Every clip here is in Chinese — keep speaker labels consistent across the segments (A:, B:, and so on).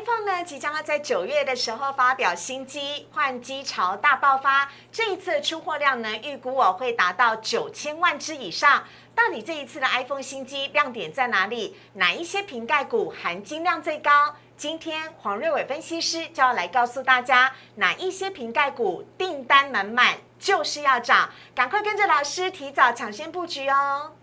A: iPhone 呢，即将要在9月的时候发表新机，换机潮大爆发。这一次的出货量呢，预估会达到9000万只以上。到底这一次的 iPhone 新机亮点在哪里？哪一些瓶盖股含金量最高？今天黄瑞伟分析师就要来告诉大家，哪一些瓶盖股订单满满，就是要涨，赶快跟着老师提早抢先布局哦。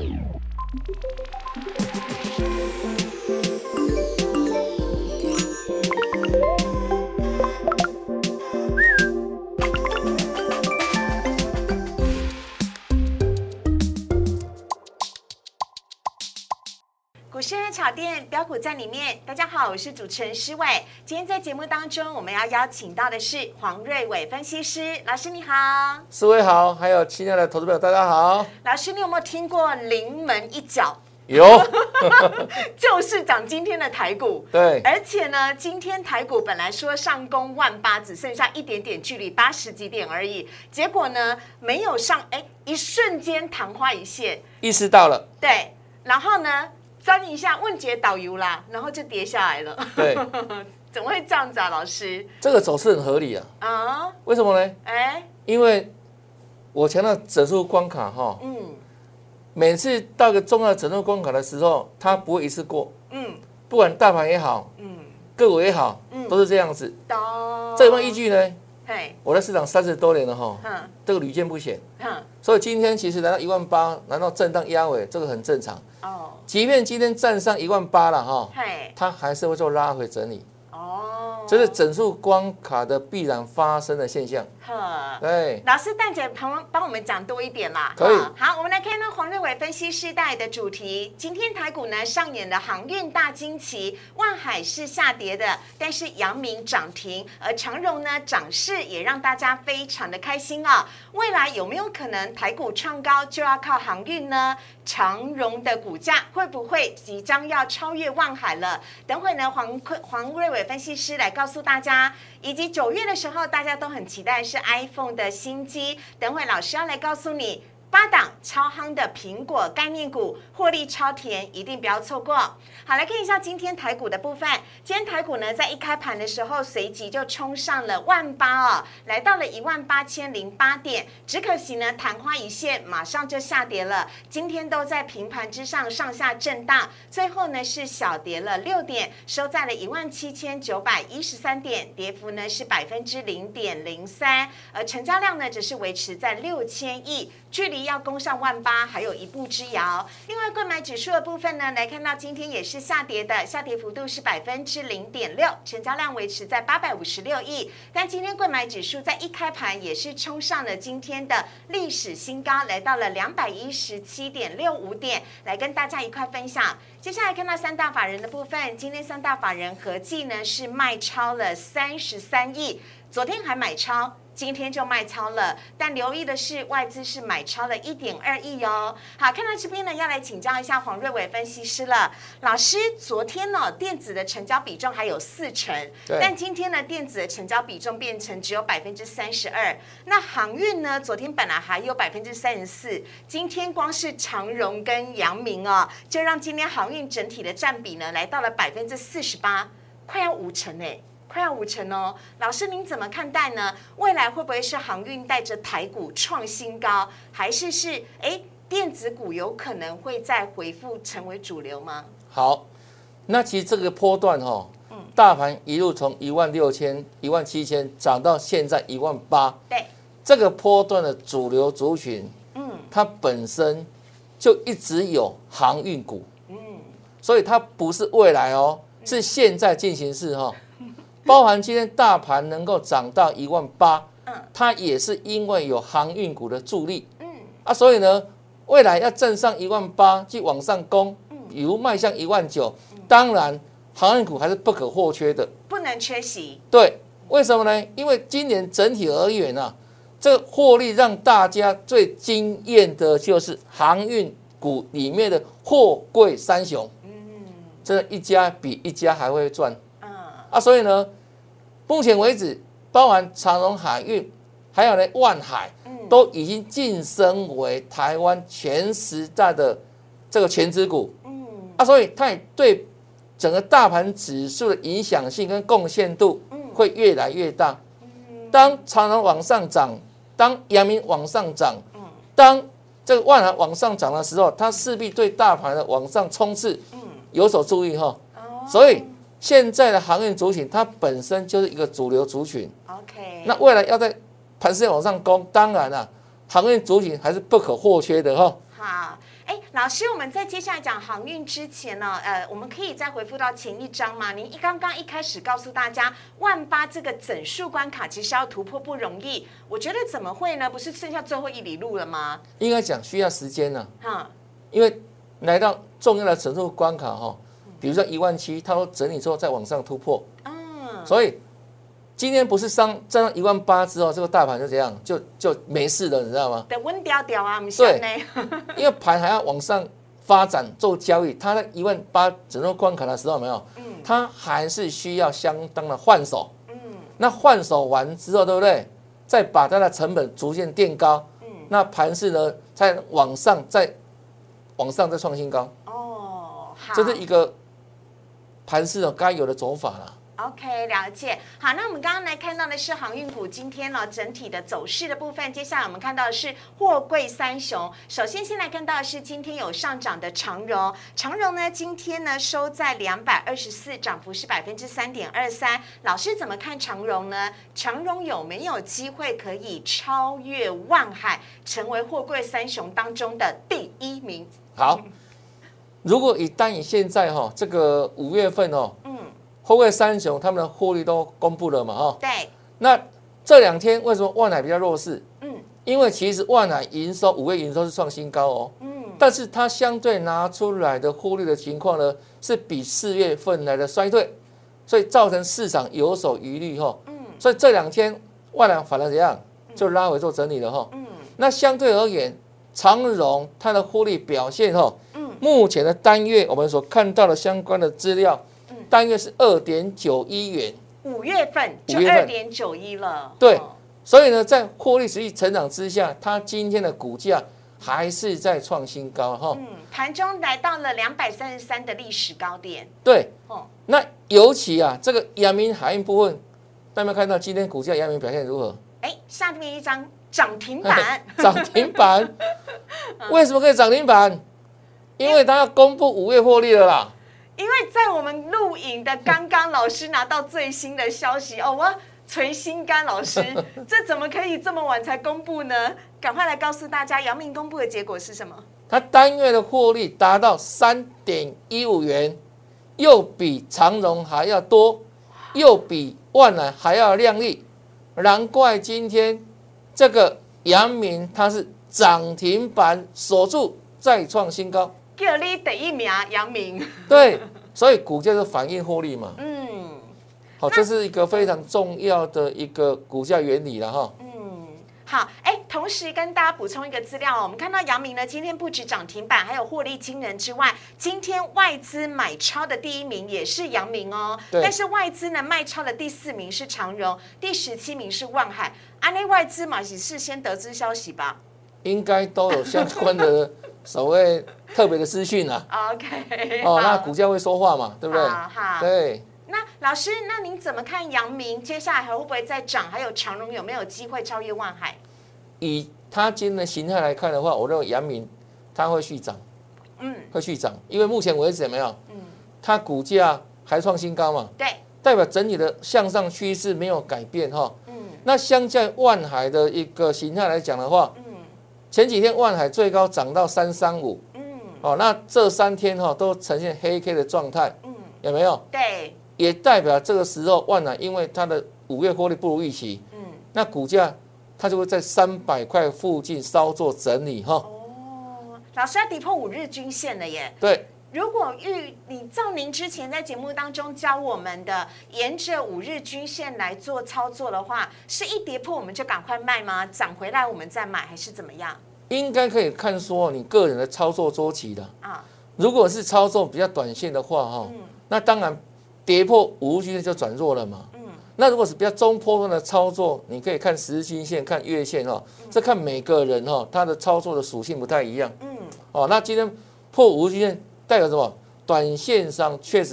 A: 股市热炒店标股在里面，大家好，我是主持人施伟。今天在节目当中，我们要邀请到的是黄瑞伟分析师老师，你好。
B: 施伟好，还有亲爱的投资朋友，大家好。
A: 老师，你有没有听过临门一脚？
B: 有，
A: 就是涨今天的台股。
B: 对，
A: 而且呢，今天台股本来说上攻18000，只剩下一点点距离，80几点而已。结果呢，没有上，一瞬间昙花一现。
B: 意识到了。
A: 对，然后呢？钻一下问捷导游啦，然后就跌下来了。
B: 对，
A: 怎么会这样子啊，老师？
B: 这个走势很合理啊。啊？为什么呢？因为我强调整数关卡哈，每次到一个重要的整数关卡的时候，它不会一次过。不管大盘也好，个股也好，都是这样子。这有没有依据呢？我在市场30多年了哈，这个屡见不鲜。所以今天其实来到18000，难道震荡压尾，这个很正常。即便今天站上18000了哈，它还是会做拉回整理。这是整数关卡的必然发生的现象。对，
A: 老师蛋姐帮我们讲多一点啦。
B: 可以。
A: 好，我们来看到黄瑞伟分析师带来的主题。今天台股呢上演了航运大惊奇，万海是下跌的，但是阳明涨停，而长荣呢涨势也让大家非常的开心啊。未来有没有可能台股创高就要靠航运呢？长荣的股价会不会即将要超越万海了？等会呢黄瑞伟分析师来告诉大家，以及9月的时候大家都很期待是 iPhone 的新机，等会老师要来告诉你8档超夯的苹果概念股，获利超甜，一定不要错过。好，来看一下今天台股的部分。今天台股呢，在一开盘的时候，随即就冲上了18000哦，来到了18008点。只可惜呢，昙花一现，马上就下跌了。今天都在平盘之上上下震荡，最后呢是小跌了6点，收在了17913点，跌幅呢是0.03%，而成交量呢只是维持在6000亿。距离要攻上18000还有一步之遥。另外，购买指数的部分呢，来看到今天也是下跌的，下跌幅度是0.6%，成交量维持在856亿。但今天购买指数在一开盘也是冲上了今天的历史新高，来到了217.65点，来跟大家一块分享。接下来看到3大法人的部分，今天3大法人合计呢是卖超了33亿，昨天还买超。今天就卖超了，但留意的是外资是买超了1.2亿哦。好，看到这边呢，要来请教一下黄瑞伟分析师了。老师，昨天呢电子的成交比重还有40%，但今天呢电子的成交比重变成只有32%。那航运呢，昨天本来还有34%，今天光是长荣跟阳明哦，就让今天航运整体的占比呢来到了48%，快要50%哎。快要50%哦，老师您怎么看待呢？未来会不会是航运带着台股创新高，还是电子股有可能会再回复成为主流吗？
B: 好，那其实这个波段大盘一路从16000、17000涨到现在18000，
A: 对，
B: 这个波段的主流族群，它本身就一直有航运股，所以它不是未来哦，是现在进行式哈。包含今天大盘能够涨到18000，它也是因为有航运股的助力，所以呢，未来要站上18000去往上攻，比如迈向19000，当然航运股还是不可或缺的，
A: 不能缺席。
B: 对，为什么呢？因为今年整体而言啊，这个获利让大家最惊艳的就是航运股里面的货柜三雄，这一家比一家还会赚。所以呢，目前为止，包含长荣海运，还有呢万海，都已经晋升为台湾前10大的这个全指股，所以它也对整个大盘指数的影响性跟贡献度会越来越大。当长荣往上涨，当阳明往上涨，当这个万海往上涨的时候，它势必对大盘的往上冲刺有所注意哈。所以现在的航运族群，它本身就是一个主流族群。
A: OK，
B: 那未来要在盘势往上攻，当然了，航运族群还是不可或缺的哈。
A: 好。老师，我们在接下来讲航运之前呢，我们可以再回复到前一章吗？您刚刚一开始告诉大家，18000这个整数关卡其实要突破不容易，我觉得怎么会呢？不是剩下最后1里路了吗？
B: 应该讲需要时间呢。因为来到重要的整数关卡哈，比如说17000，它都整理之后再往上突破，所以今天不是站到18000之后，这个大盘就这样就没事了，你知道吗？
A: 的温调调啊，不是呢。
B: 因为盘还要往上发展做交易，它在18000整数关卡的时候，有没有？它还是需要相当的换手。那换手完之后，对不对？再把它的成本逐渐垫高。那盘势呢，再往上再创新高。
A: 好，
B: 这是一个盘势的该有的走法了。
A: OK， 了解。好，那我们刚刚来看到的是航运股今天呢整体的走势的部分。接下来我们看到的是货柜三雄。首先先来看到的是今天有上涨的长荣，长荣呢今天呢收在224，涨幅是3.23%。老师怎么看长荣呢？长荣有没有机会可以超越万海，成为货柜三雄当中的第1名？
B: 好，如果以现在这个5月份货柜三雄他们的获利都公布了嘛？
A: 对。
B: 那这2天为什么万海比较弱势？因为其实万海营收5月营收是创新高哦。但是它相对拿出来的获利的情况呢，是比4月份来的衰退，所以造成市场有所疑虑哈。所以这2天万海反而怎样？就拉回做整理了哈。那相对而言，长荣它的获利表现目前的单月我们所看到的相关的资料。单月是2.91元
A: ，5月份就2.91了。
B: 对，所以呢，在获利持续成长之下，它今天的股价还是在创新高哈。
A: 盘中来到了233的历史高点。
B: 对，那尤其这个阳明海运部分，大家有没有看到今天股价阳明表现如何？
A: 下面一张涨停板，
B: 涨停板，为什么可以涨停板？因为它要公布5月获利了啦。
A: 因为在我们录影的刚刚，老师拿到最新的消息哦，我捶心肝，老师，这怎么可以这么晚才公布呢？赶快来告诉大家，阳明公布的结果是什么？
B: 它单月的获利达到3.15元，又比长荣还要多，又比万海还要亮丽，难怪今天这个阳明它是涨停板锁住，再创新高。
A: 叫你第1名，阳明。
B: 对，所以股价就反映获利嘛。好，这是一个非常重要的一个股价原理了哈。
A: 好，同时跟大家补充一个资料，我们看到阳明呢，今天不止涨停板，还有获利惊人之外，今天外资买超的第1名也是阳明哦。但是外资呢卖超的第4名是长荣，第17名是万海。那外资嘛也是先得知消息吧？
B: 应该都有相关的所谓特别的资讯啊。
A: OK，
B: 那股价会说话嘛，对不对？
A: 好，
B: 对。
A: 那老师，那您怎么看阳明接下来还会不会再涨？还有长荣有没有机会超越万海？
B: 以它今天的形态来看的话，我认为阳明它会续涨，会续涨，因为目前为止有没有？它股价还创新高嘛？
A: 对，
B: 代表整体的向上趋势没有改变哈。那相较万海的一个形态来讲的话，前几天万海最高涨到335，那这3天都呈现黑 K 的状态，有没有？
A: 对，
B: 也代表这个时候万海因为它的5月获利不如预期，那股价它就会在300块附近稍作整理哈。
A: 老师要跌破5日均线了耶。
B: 对。
A: 如果你照您之前在节目当中教我们的，沿着5日均线来做操作的话，是一跌破我们就赶快卖吗？涨回来我们再买，还是怎么样？
B: 应该可以看说你个人的操作周期的啊。如果是操作比较短线的话那当然跌破5日均线就转弱了嘛。那如果是比较中波段的操作，你可以看10日均线、看月线这看每个人他的操作的属性不太一样。那今天破5日均线代表什么？短线上确实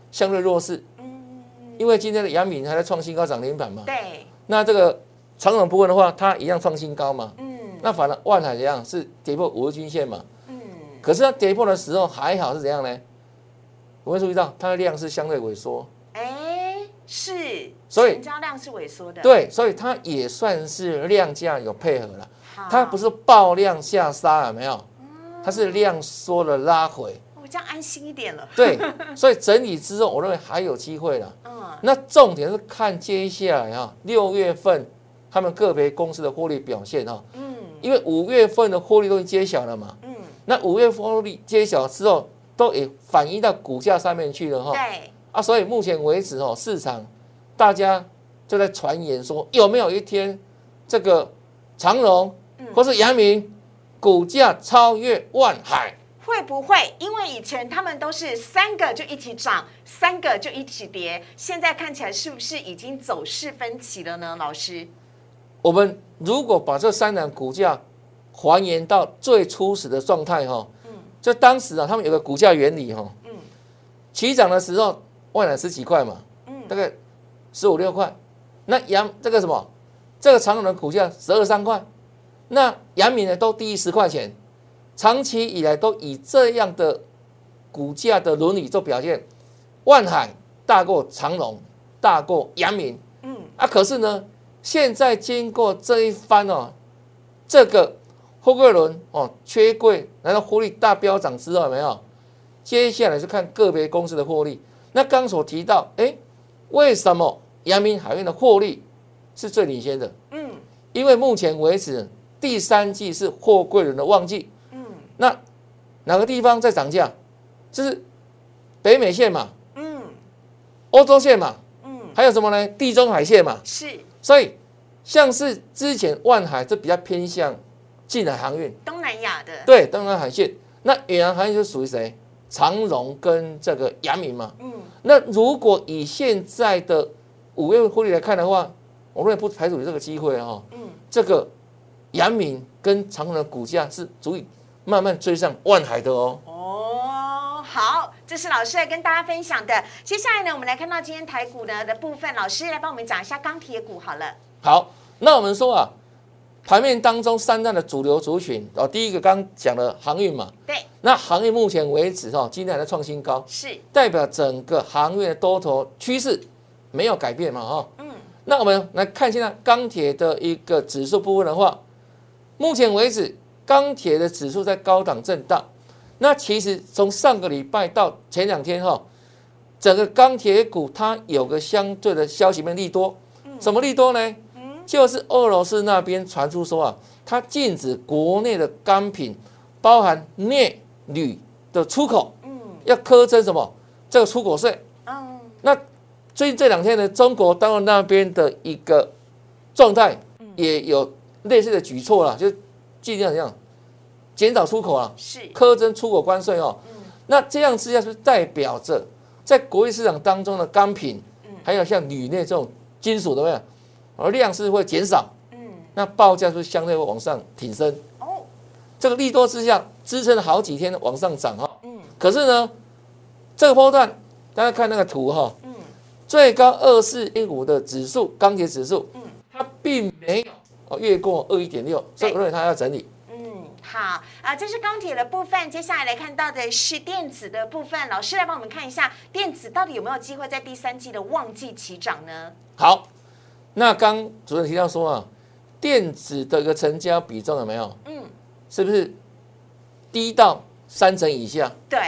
B: 相对弱势，因为今天的阳明还在创新高涨停板嘛，
A: 对，
B: 那这个长荣部分的话，它一样创新高嘛，那反而万海怎样是跌破5日均线嘛，可是它跌破的时候还好是怎样呢？我会注意到它的量是相对萎缩，
A: 是，
B: 所以
A: 成交量是萎缩的，
B: 对，所以它也算是量价有配合了，它不是爆量下杀，有没有？它是量缩了拉回，
A: 这样安心一点了。
B: 对，所以整理之后，我认为还有机会了。那重点是看接下来6月份他们个别公司的获利表现因为5月份的获利都已经揭晓了嘛，那5月份获利揭晓之后，都也反映到股价上面去了
A: 对。
B: 所以目前为止市场大家就在传言说，有没有一天这个长荣或是阳明股价超越万海？
A: 会不会因为以前他们都是3个就一起涨，3个就一起跌，现在看起来是不是已经走势分歧了呢？老师，
B: 我们如果把这3档股价还原到最初始的状态就当时他们有个股价原理起涨的时候万海10几块嘛，大概15、16块，那这个什么，这个长荣的股价12、13块，那阳明呢都低于10块钱，长期以来都以这样的股价的伦理做表现，万海大过长荣，大过阳明，可是呢，现在经过这一番这个货柜轮缺柜，然后获利大飙涨之后，有没有？接下来是看个别公司的获利。那刚所提到，为什么阳明海运的获利是最领先的？因为目前为止第3季是货柜轮的旺季。那哪个地方在涨价？就是北美线嘛，欧洲线嘛，还有什么呢？地中海线嘛。
A: 是。
B: 所以像是之前万海这比较偏向近海航运，
A: 东南亚的。对，
B: 东南海线。那远洋航运就属于谁？长荣跟这个阳明嘛。那如果以现在的5月获利来看的话，我认为不排除有这个机会这个阳明跟长荣的股价是足以慢慢追上万海的
A: 好，这是老师来跟大家分享的。接下来呢，我们来看到今天台股的部分，老师来帮我们讲一下钢铁股好了。
B: 好，那我们说盘面当中3大的主流族群第一个刚讲的航运嘛，
A: 对，
B: 那航运目前为止今天还在创新高，
A: 是
B: 代表整个航运的多头趋势没有改变嘛那我们来看现在钢铁的一个指数部分的话，目前为止钢铁的指数在高档震荡。那其实从上个礼拜到前2天整个钢铁股它有个相对的消息面利多，什么利多呢？就是俄罗斯那边传出说它禁止国内的钢品，包含镍、铝的出口，要课征什么这个出口税。那最近这2天呢，中国大陆那边的一个状态也有类似的举措了，就尽量这样减少出口课征出口关税那这样之下是代表着在国际市场当中的钢品，还有像铝镍这种金属的量是会减少，那报价是相对会往上挺升。这个利多之下支撑了好几天往上涨可是呢，这个波段大家看那个图最高2415的指数钢铁指数，它并没有越过21.6，所以我认为它要整理。
A: 好这是钢铁的部分。接下来来看到的是电子的部分，老师来帮我们看一下电子到底有没有机会在第3季的旺季起涨呢？
B: 好，那刚主任提到说电子的一个成交比重有没有？是不是低到3成以下？
A: 对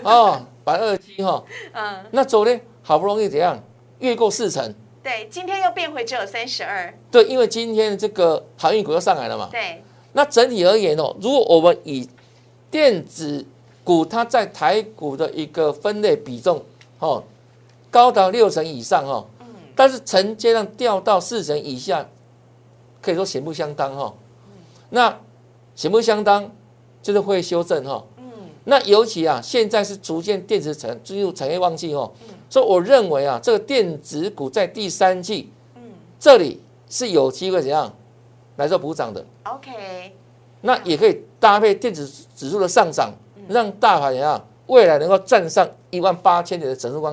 B: ，27%那昨天好不容易怎样越过4成？
A: 对，今天又变回只有32。
B: 对，因为今天这个航运股又上来了嘛。
A: 对。
B: 那整体而言如果我们以电子股它在台股的一个分类比重高达6成以上但是成交量掉到4成以下，可以说显不相当那显不相当就是会修正那尤其现在是逐渐电子进入产业旺季所以我认为这个电子股在第3季这里是有机会怎样来做补涨的。
A: OK，
B: 那也可以搭配电子指数的上涨，让大盘未来能够站上18000点的整数关卡。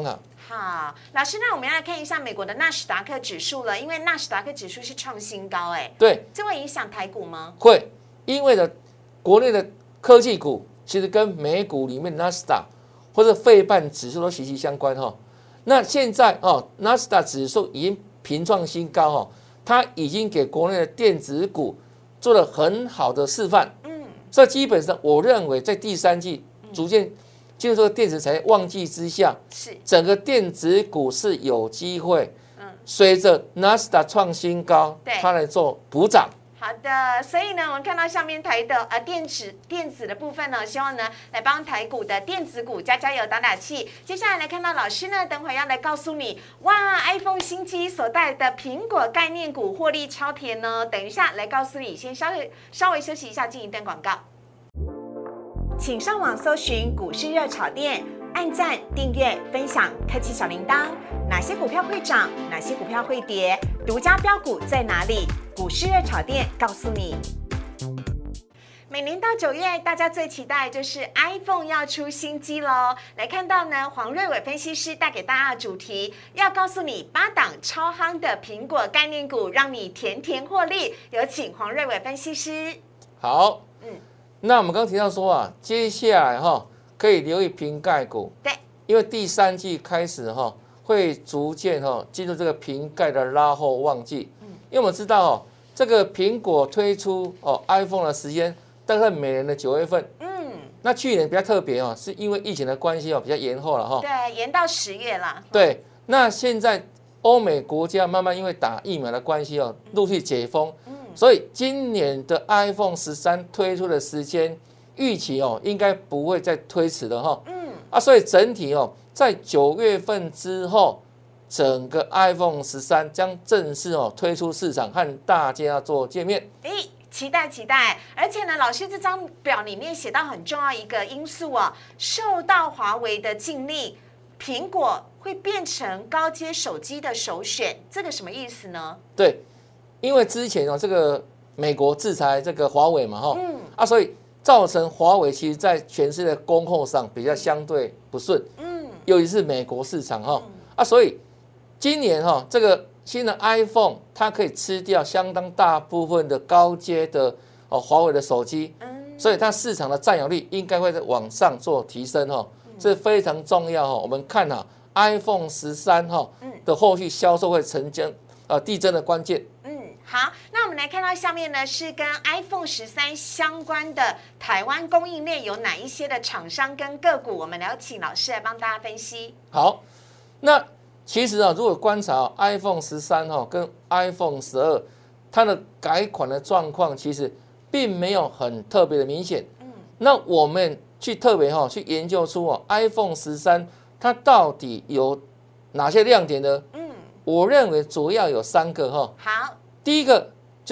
A: 好，老师，那我们要来看一下美国的纳斯达克指数了，因为纳斯达克指数是创新高，
B: 对，
A: 这会影响台股吗？
B: 会，因为的国内的科技股其实跟美股里面纳斯达或者费半指数都息息相关哈。那现在纳斯达指数已经频创新高哈，它已经给国内的电子股做了很好的示范。所以基本上我认为在第三季逐渐进入这个电子产业旺季之下，
A: 是
B: 整个电子股是有机会，随着纳斯达创新高，它来做补涨。
A: 好的，所以呢，我们看到下面台的电子的部分呢，希望呢来帮台股的电子股加油打打气。接下来来看到老师呢，等会要来告诉你，哇 ，iPhone 新机所带来的苹果概念股获利超甜呢。等一下来告诉你，先稍微休息一下，进一段广告。请上网搜寻股市热炒店，按赞、订阅、分享，开启小铃铛。哪些股票会涨？哪些股票会跌？独家标股在哪里？股市热炒店告诉你。每年到9月，大家最期待就是 iPhone 要出新机喽。来看到呢，黄瑞伟分析师带给大家的主题，要告诉你8档超夯的苹果概念股，让你甜甜获利。有请黄瑞伟分析师。
B: 好，那我们刚刚提到说啊，接下来可以留意苹概股，
A: 对，
B: 因为第三季开始会逐渐进入这个苹概的拉后旺季。因为我们知道这个苹果推出iPhone 的时间大概每年的9月份。那去年比较特别是因为疫情的关系比较延后了
A: 对，延到10月了。
B: 对，那现在欧美国家慢慢因为打疫苗的关系陆续解封。所以今年的 iPhone 13推出的时间预期应该不会再推迟了所以整体在9月份之后，整个 iPhone 13将正式推出市场，和大家做见面。
A: 期待期待！而且呢，老师这张表里面写到很重要一个因素受到华为的禁令，苹果会变成高阶手机的首选，这个什么意思呢？
B: 对。因为之前这个美国制裁这个华为嘛所以造成华为其实在全世界供货上比较相对不顺，尤其是美国市场所以今年这个新的 iPhone 它可以吃掉相当大部分的高阶的华为的手机，所以它市场的占有率应该会在往上做提升这非常重要我们看iPhone 13的后续销售会成将递增的关键。
A: 好，那我们来看到下面呢，是跟 iPhone 13相关的台湾供应链有哪一些的厂商跟个股，我们来请老师来帮大家分析。
B: 好，那其实如果观察iPhone 13跟 iPhone 12，它的改款的状况其实并没有很特别的明显。那我们去特别去研究出iPhone 13它到底有哪些亮点呢？我认为主要有3个
A: 好。
B: 第一个就是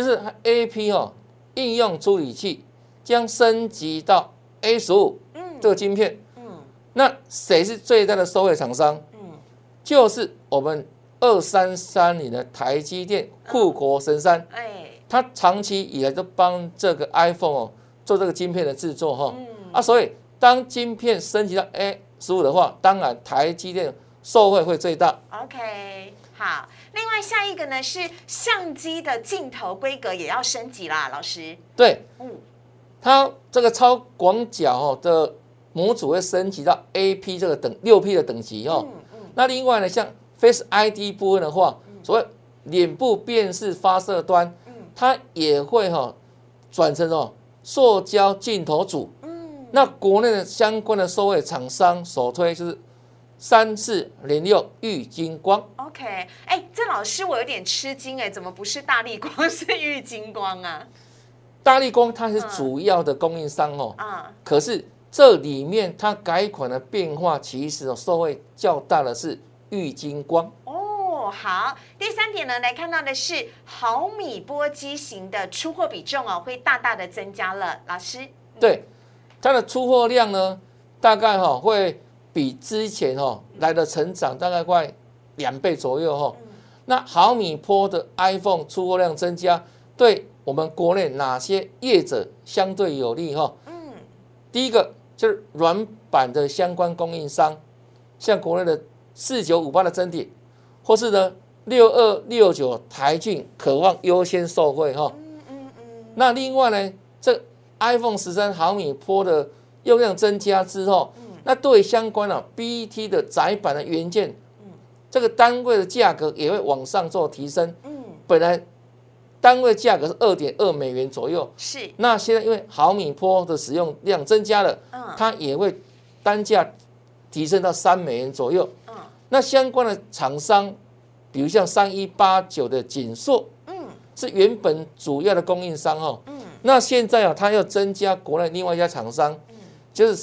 B: AP 应用处理器将升级到 A15 这个晶片。那谁是最大的受惠厂商？就是我们2330的台积电护国神山。它长期以来都帮这个 iPhone 做这个晶片的制作所以当晶片升级到 A15 的话，当然台积电受惠会最大。
A: OK。好，另外下一个呢是相机的镜头规格也要升级啦，老师。
B: 对，它这个超广角的模组会升级到 AP 这个6P 的等级那另外呢，像 Face ID 部分的话，所谓脸部辨识发射端，它也会转成塑胶镜头组。那国内的相关的受惠厂商首推就是3406玉晶光。
A: OK， 这老师我有点吃惊怎么不是大立光是玉晶光啊？
B: 大立光它是主要的供应商可是这里面它改款的变化其实受惠较大的是玉晶光。
A: 好，第3点呢，来看到的是毫米波机型的出货比重会大大的增加了，老师。
B: 对，它的出货量呢，大概会比之前来的成长大概快2倍左右那毫米波的 iPhone 出货量增加，对我们国内哪些业者相对有利第一个就是软板的相关供应商，像国内的 4958的臻鼎，或是呢6269台骏渴望优先受惠哈。那另外呢，这 iPhone 13毫米波的用量增加之后，那对相关BT 的载板的元件，这个单位的价格也会往上做提升。本来单位价格是2.2美元左右，
A: 是。那
B: 现在因为毫米波的使用量增加了，它也会单价提升到3美元左右。那相关的厂商，比如像3189的景硕，是原本主要的供应商哦。那现在它要增加国内另外一家厂商，就是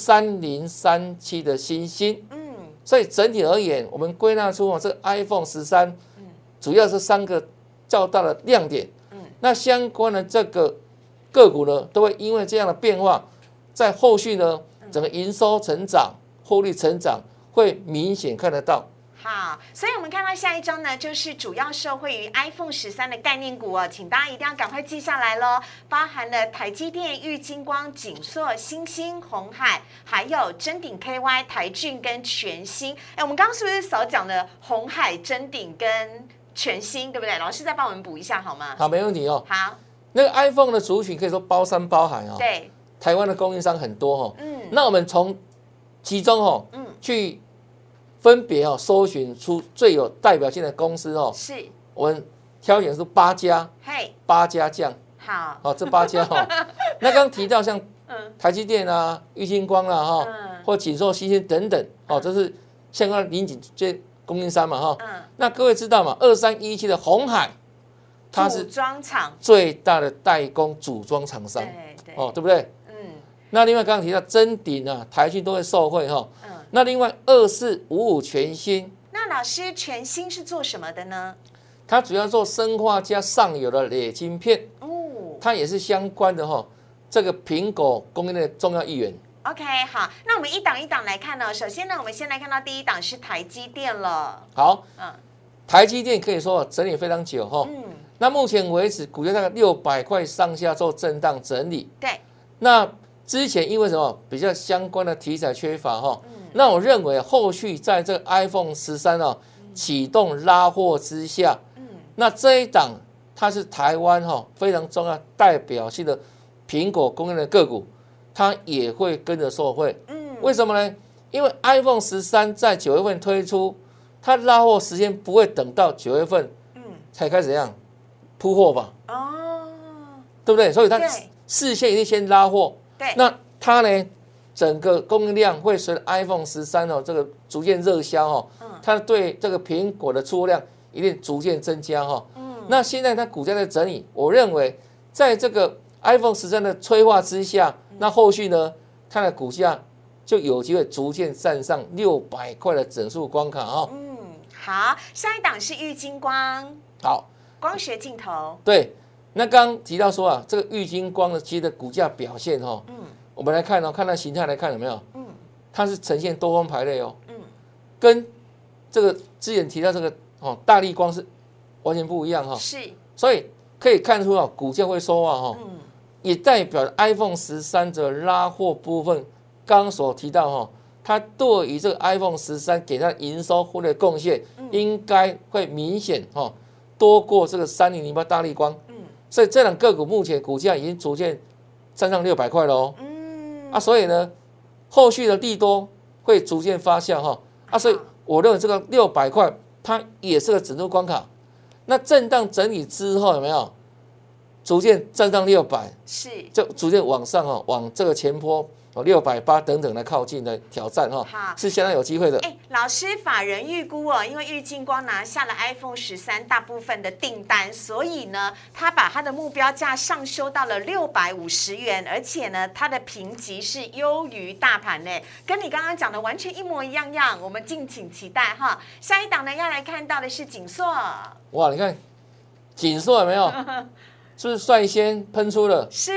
B: 3037的欣兴。所以整体而言，我们归纳出这个 iPhone 13，主要是3个较大的亮点。那相关的这个个股呢，都会因为这样的变化，在后续呢，整个营收成长、获利成长会明显看得到。
A: 好，所以我们看到下一章呢，就是主要受惠于 iPhone 13的概念股哦，请大家一定要赶快记下来咯，包含了台积电、玉晶光、景硕、欣兴、鸿海，还有臻鼎 KY、台骏跟全新。我们刚刚是不是少讲了鸿海、臻鼎跟全新，对不对？老师再帮我们补一下好吗？
B: 好，没问题哦。
A: 好，
B: 那个 iPhone 的族群可以说包山包海哦。
A: 对，
B: 台湾的供应商很多哦。那我们从其中去分别搜寻出最有代表性的公司哦。
A: 是，
B: 我们挑选出8家，8家将。
A: 好，
B: 这8家那刚提到像台积电啊、玉晶光啊或景硕、欣兴等等这是相关邻近这供应商嘛那各位知道嘛？2317的鸿海，它是
A: 组装厂
B: 最大的代工组装厂商，对不对？那另外刚刚提到臻鼎啊、台骏都会受惠那另外2455全新，
A: 那老师全新是做什么的呢？
B: 它主要做砷化镓上游的冶晶片，它也是相关的这个苹果供应链的重要一员。
A: OK， 好，那我们一档一档来看呢。首先呢，我们先来看到第一档是台积电了。
B: 好，台积电可以说整理非常久那目前为止股价大概600块上下做震荡整理。
A: 对，
B: 那之前因为什么比较相关的题材缺乏那我认为后续在这个 iPhone 13启动拉货之下，那这一档它是台湾非常重要代表性的苹果供应的个股，它也会跟着受惠。为什么呢？因为 iPhone 13在9月份推出，它拉货时间不会等到9月份才开始怎样铺货吧？对不对？所以它事先一定先拉货。那它呢，整个供应量会随着 iPhone 13这个逐渐热销它对这个苹果的出货量一定逐渐增加那现在它股价在整理，我认为在这个 iPhone 13的催化之下，那后续呢，它的股价就有机会逐渐站上600块的整数关卡
A: 好，下一档是玉晶光，
B: 好，
A: 光学镜头，
B: 对。那刚提到说这个玉晶光的其实的股价表现我们来看看它形态来看有没有？它是呈现多方排列跟这个之前提到这个大立光是完全不一样
A: 是，
B: 所以可以看出股价会说话也代表 iPhone 13的拉货部分，刚刚所提到它对于这个 iPhone 13给它营收获利的贡献，应该会明显多过这个3008大立光。所以这两个股目前股价已经逐渐站上600块了所以呢，后续的利多会逐渐发酵所以我认为这个600块它也是个整数关卡。那震荡整理之后有没有逐渐站上600？
A: 是，
B: 就逐渐往上往这个前坡680等等来靠近的挑战是相当有机会的。
A: 老师，法人预估因为玉晶光拿下了 iPhone 13大部分的订单，所以呢，他把他的目标价上修到了650元，而且呢，它的评级是优于大盘呢，跟你刚刚讲的完全一模一样。我们敬请期待下一档呢，要来看到的是景硕。
B: 哇，你看景硕有没有？是不是率先喷出了？
A: 是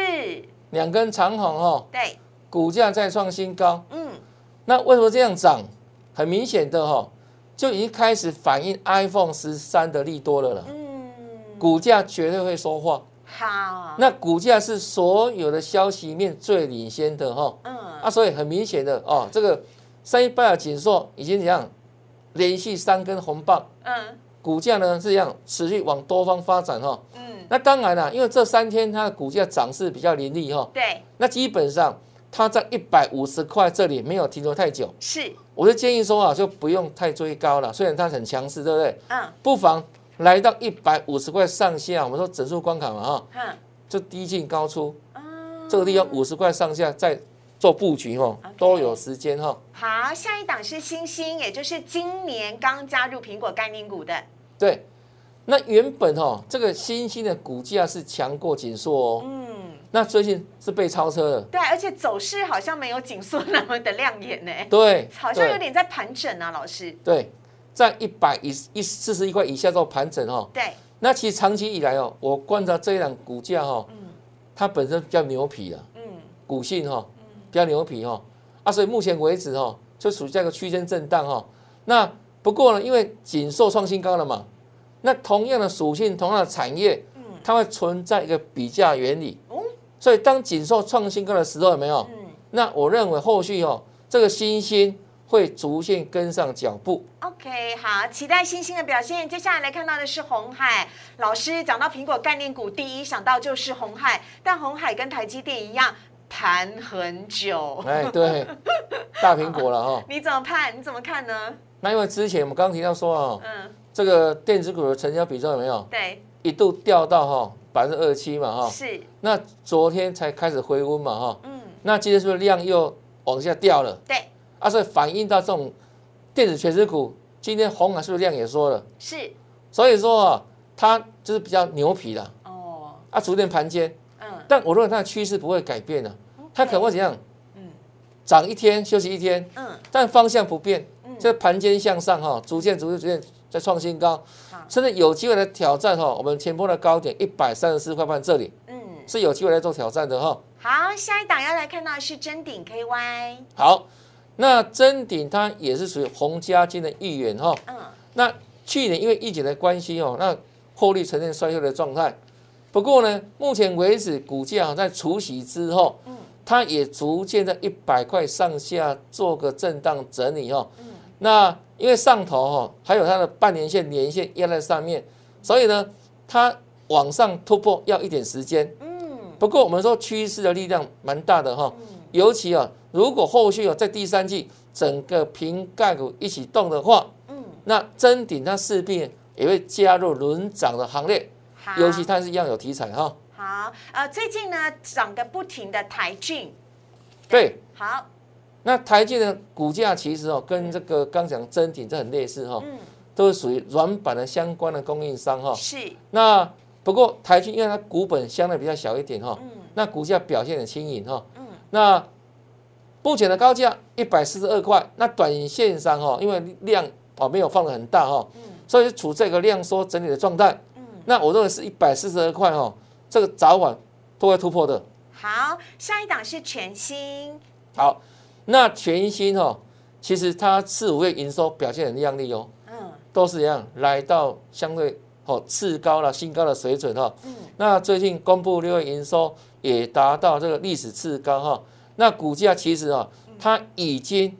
B: 2根长红
A: 对。
B: 股价再创新高，那为什么这样涨？很明显的就已经开始反映 iPhone 13的利多了股价绝对会说话。
A: 好，
B: 那股价是所有的消息面最领先的所以很明显的这个3180景硕已经怎样连续3根红棒，股价呢是这样持续往多方发展哈。那当然啦，因为这3天它的股价涨势比较凌厉哈。
A: 对。
B: 那基本上它在150块这里没有停留太久。
A: 是。
B: 我就建议说啊，就不用太追高了，虽然它很强势，对不对？不妨来到150块上下，我们说整数关卡嘛哈。就低进高出。这个地方50块上下再做布局哈，都有时间哈。
A: 好，下一档是星星，也就是今年刚加入苹果概念股的。
B: 对，那原本这个星星的股价是强过景硕哦。那最近是被超车了。
A: 对，而且走势好像没有景硕那么的亮眼呢。
B: 对，
A: 好像有点在盘整啊，老师。
B: 对，在141块以下做盘整哈。
A: 对。
B: 那其实长期以来我观察这一档股价它本身比较牛皮啊。股性比较牛皮所以目前为止就处在一个区间震荡那不过呢，因为景硕创新高了嘛，那同样的属性、同样的产业，它会存在一个比价原理。所以当景硕创新高的时候，有没有？那我认为后续这个星星会逐渐跟上脚步。
A: OK， 好，期待星星的表现。接下来看到的是鸿海老师讲到苹果概念股，第一想到就是鸿海，但鸿海跟台积电一样。盘很久，
B: 对，大苹果了
A: 你怎么判？你怎么看呢？
B: 那因为之前我们刚提到说这个电子股的成交比重有没有？
A: 对，
B: 一度掉到27%嘛
A: 是。
B: 那昨天才开始回温嘛那今天是不是量又往下掉了？
A: 对。
B: 所以反映到这种电子权值股，今天鸿海是不是量也缩了？
A: 是。
B: 所以说它就是比较牛皮了。逐渐盘间。但我认为它的趋势不会改变的，它可能会怎样？涨一天休息一天，但方向不变，这盘间向上逐渐在创新高，甚至有机会来挑战我们前波的高点134块半这里，是有机会来做挑战的
A: 好，下一档要来看到的是臻鼎 KY。
B: 好，那臻鼎它也是属于宏嘉金的一员那去年因为疫情的关系那获利呈现衰退的状态。不过呢，目前为止股价在除息之后，它也逐渐在100块上下做个震荡整理那因为上头还有它的半年线、年线压在上面，所以呢，它往上突破要一点时间。不过我们说趋势的力量蛮大的尤其如果后续在第3季整个瓶盖股一起动的话，那臻鼎它势必也会加入轮涨的行列。尤其它是一样有题材
A: 好，最近呢涨个不停的台骏，
B: 对，
A: 好，
B: 那台骏的股价其实跟这个刚讲臻鼎这很类似都是属于软板的相关的供应商
A: 是。
B: 那不过台骏因为它股本相对比较小一点那股价表现很轻盈那目前的高价142块，那短线上因为量没有放得很大所以处在一个量缩整理的状态。那我认为是142块这个早晚都会突破的。
A: 好，下一档是全新。
B: 好，那全新其实它4、5月营收表现很亮丽都是一样来到相对次高了新高的水准那最近公布6月营收也达到这个历史次高那股价其实它已经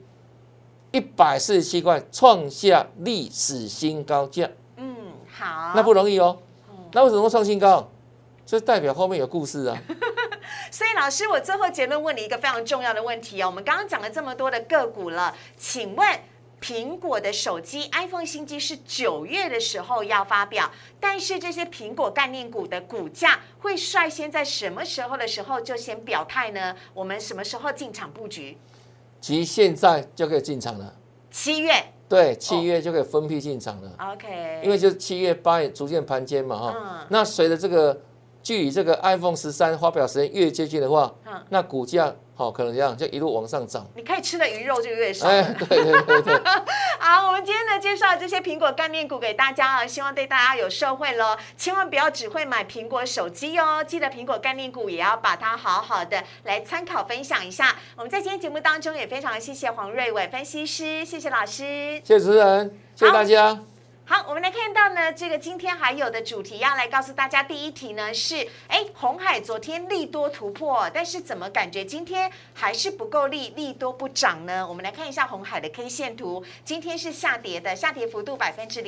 B: 147块创下历史新高价。
A: 好，
B: 那不容易那为什么会创新高？这代表后面有故事啊。
A: 所以老师，我最后结论问你一个非常重要的问题我们刚刚讲了这么多的个股了，请问苹果的手机 iPhone 新机是9月的时候要发表，但是这些苹果概念股的股价会率先在什么时候就先表态呢？我们什么时候进场布局？
B: 其实现在就可以进场了。
A: 7月。
B: 对，7月就可以分批进场了。
A: OK，
B: 因为就是7月、8月逐渐盘间嘛那随着这个距离这个 iPhone 13发表时间越接近的话，那股价可能这样就一路往上涨。
A: 你可以吃的鱼肉就越少。
B: 对。
A: 好，我们今天呢介绍这些苹果概念股给大家希望对大家有受惠咯。千万不要只会买苹果手机记得苹果概念股也要把它好好的来参考分享一下。我们在今天节目当中也非常谢谢黄瑞伟分析师，谢谢老师，
B: 谢谢主持人，谢谢大家。
A: 好，我们来看到呢，这个今天还有的主题要来告诉大家。第一题呢是，鸿海昨天利多突破，但是怎么感觉今天还是不够力，利多不涨呢？我们来看一下鸿海的 K 线图，今天是下跌的，下跌幅度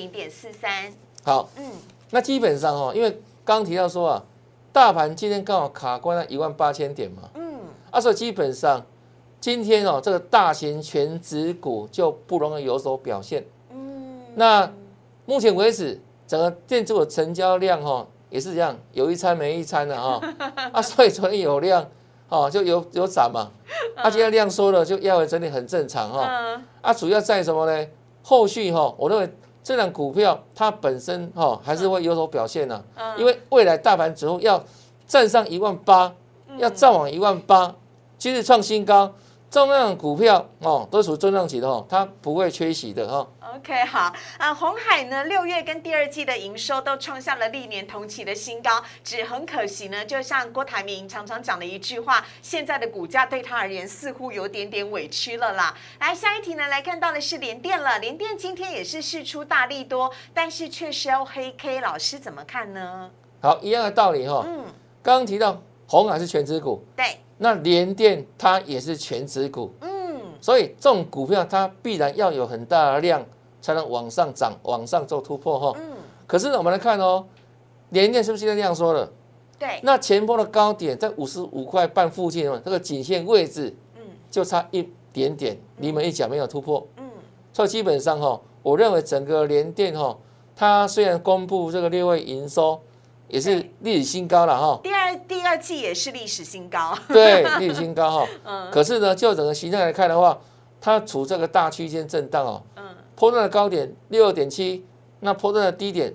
A: 0.43%。
B: 好，那基本上因为刚刚提到说大盘今天刚好卡关了18000点嘛，所以基本上今天这个大型全指股就不容易有所表现。那目前为止，整个电子股的成交量也是这样，有一餐没一餐的所以昨天有量就有涨嘛，今天量缩了，就压回整理很正常主要在什么呢？后续我认为这档股票它本身还是会有所表现的，因为未来大盘指数要站上18000，要站往18000，今日创新高。重量股票都属于重量级的它不会缺席的
A: OK， 好鸿海呢6月跟第二季的营收都创下了历年同期的新高，只很可惜呢，就像郭台铭常常讲的一句话，现在的股价对他而言似乎有点委屈了啦。来下一题呢，来看到的是联电了，联电今天也是释出大利多，但是却是要黑 K， 老师怎么看呢？
B: 好，一样的道理刚刚提到鸿海是全指股，
A: 对。那
B: 联电它也是全指股，所以这种股票它必然要有很大的量才能往上涨，往上做突破可是呢，我们来看联电是不是现在量缩了？
A: 对。那
B: 前波的高点在55块半附近这个颈线位置，就差一点点，临门一脚没有突破，所以基本上我认为整个联电它虽然公布这个6月营收。也是历史新高了
A: 第二季也是历史新高，
B: 对，历史新高可是呢，就整个形态来看的话，它处这个大区间震荡波段的高点66.7，那波段的低点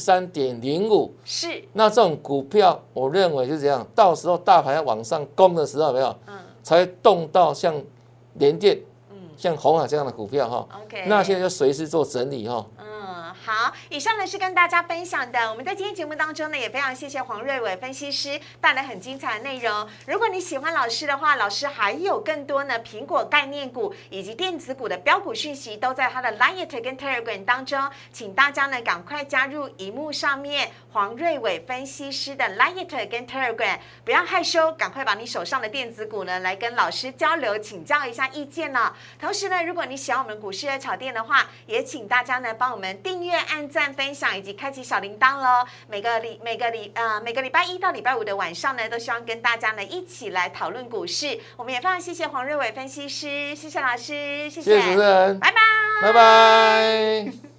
B: 43.05，
A: 是。
B: 那这种股票，我认为就是这样，到时候大盘要往上攻的时候，有没有？才会动到像联电，像鸿海这样的股票
A: OK，
B: 那现在就随时做整理
A: 好，以上呢是跟大家分享的。我们在今天节目当中呢，也非常谢谢黄瑞伟分析师带来很精彩的内容。如果你喜欢老师的话，老师还有更多呢苹果概念股以及电子股的标股讯息，都在他的 Line 跟 Telegram 当中，请大家呢赶快加入荧幕上面黄瑞伟分析师的 Line 跟 Telegram， 不要害羞，赶快把你手上的电子股呢来跟老师交流，请教一下意见了。同时呢，如果你喜欢我们股市的炒店的话，也请大家呢帮我们订阅、按赞、分享以及开启小铃铛喽。每个礼拜一到礼拜五的晚上呢，都希望跟大家呢一起来讨论股市。我们也非常谢谢黄瑞伟分析师，谢谢老师，谢
B: 谢主持人，
A: 拜拜，
B: 拜拜。